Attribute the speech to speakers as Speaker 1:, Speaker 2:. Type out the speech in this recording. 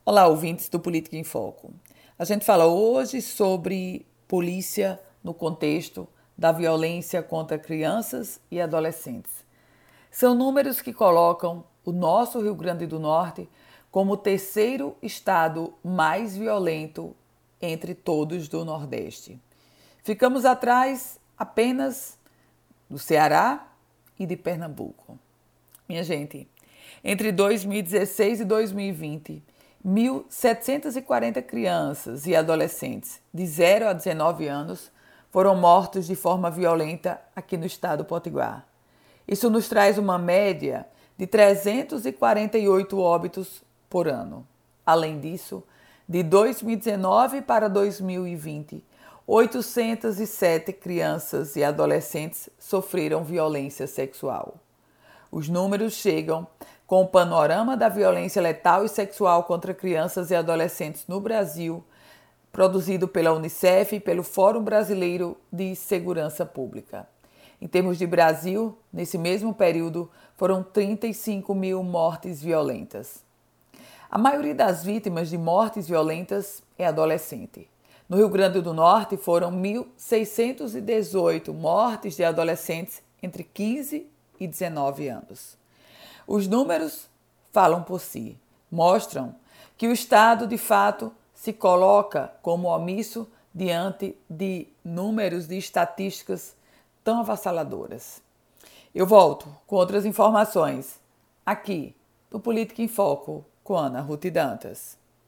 Speaker 1: Olá, ouvintes do Política em Foco. A gente fala hoje sobre polícia no contexto da violência contra crianças e adolescentes. São números que colocam o nosso Rio Grande do Norte como o terceiro estado mais violento entre todos do Nordeste. Ficamos atrás apenas do Ceará e de Pernambuco. Minha gente, entre 2016 e 2020, 1.740 crianças e adolescentes de 0 a 19 anos foram mortos de forma violenta aqui no estado do Potiguar. Isso nos traz uma média de 348 óbitos por ano. Além disso, de 2019 para 2020, 807 crianças e adolescentes sofreram violência sexual. Os números chegam com o panorama da violência letal e sexual contra crianças e adolescentes no Brasil, produzido pela Unicef e pelo Fórum Brasileiro de Segurança Pública. Em termos de Brasil, nesse mesmo período, foram 35 mil mortes violentas. A maioria das vítimas de mortes violentas é adolescente. No Rio Grande do Norte, foram 1.618 mortes de adolescentes entre 15 e 19 anos. Os números falam por si, mostram que o Estado, de fato, se coloca como omisso diante de números de estatísticas tão avassaladoras. Eu volto com outras informações aqui no Política em Foco com Ana Ruth Dantas.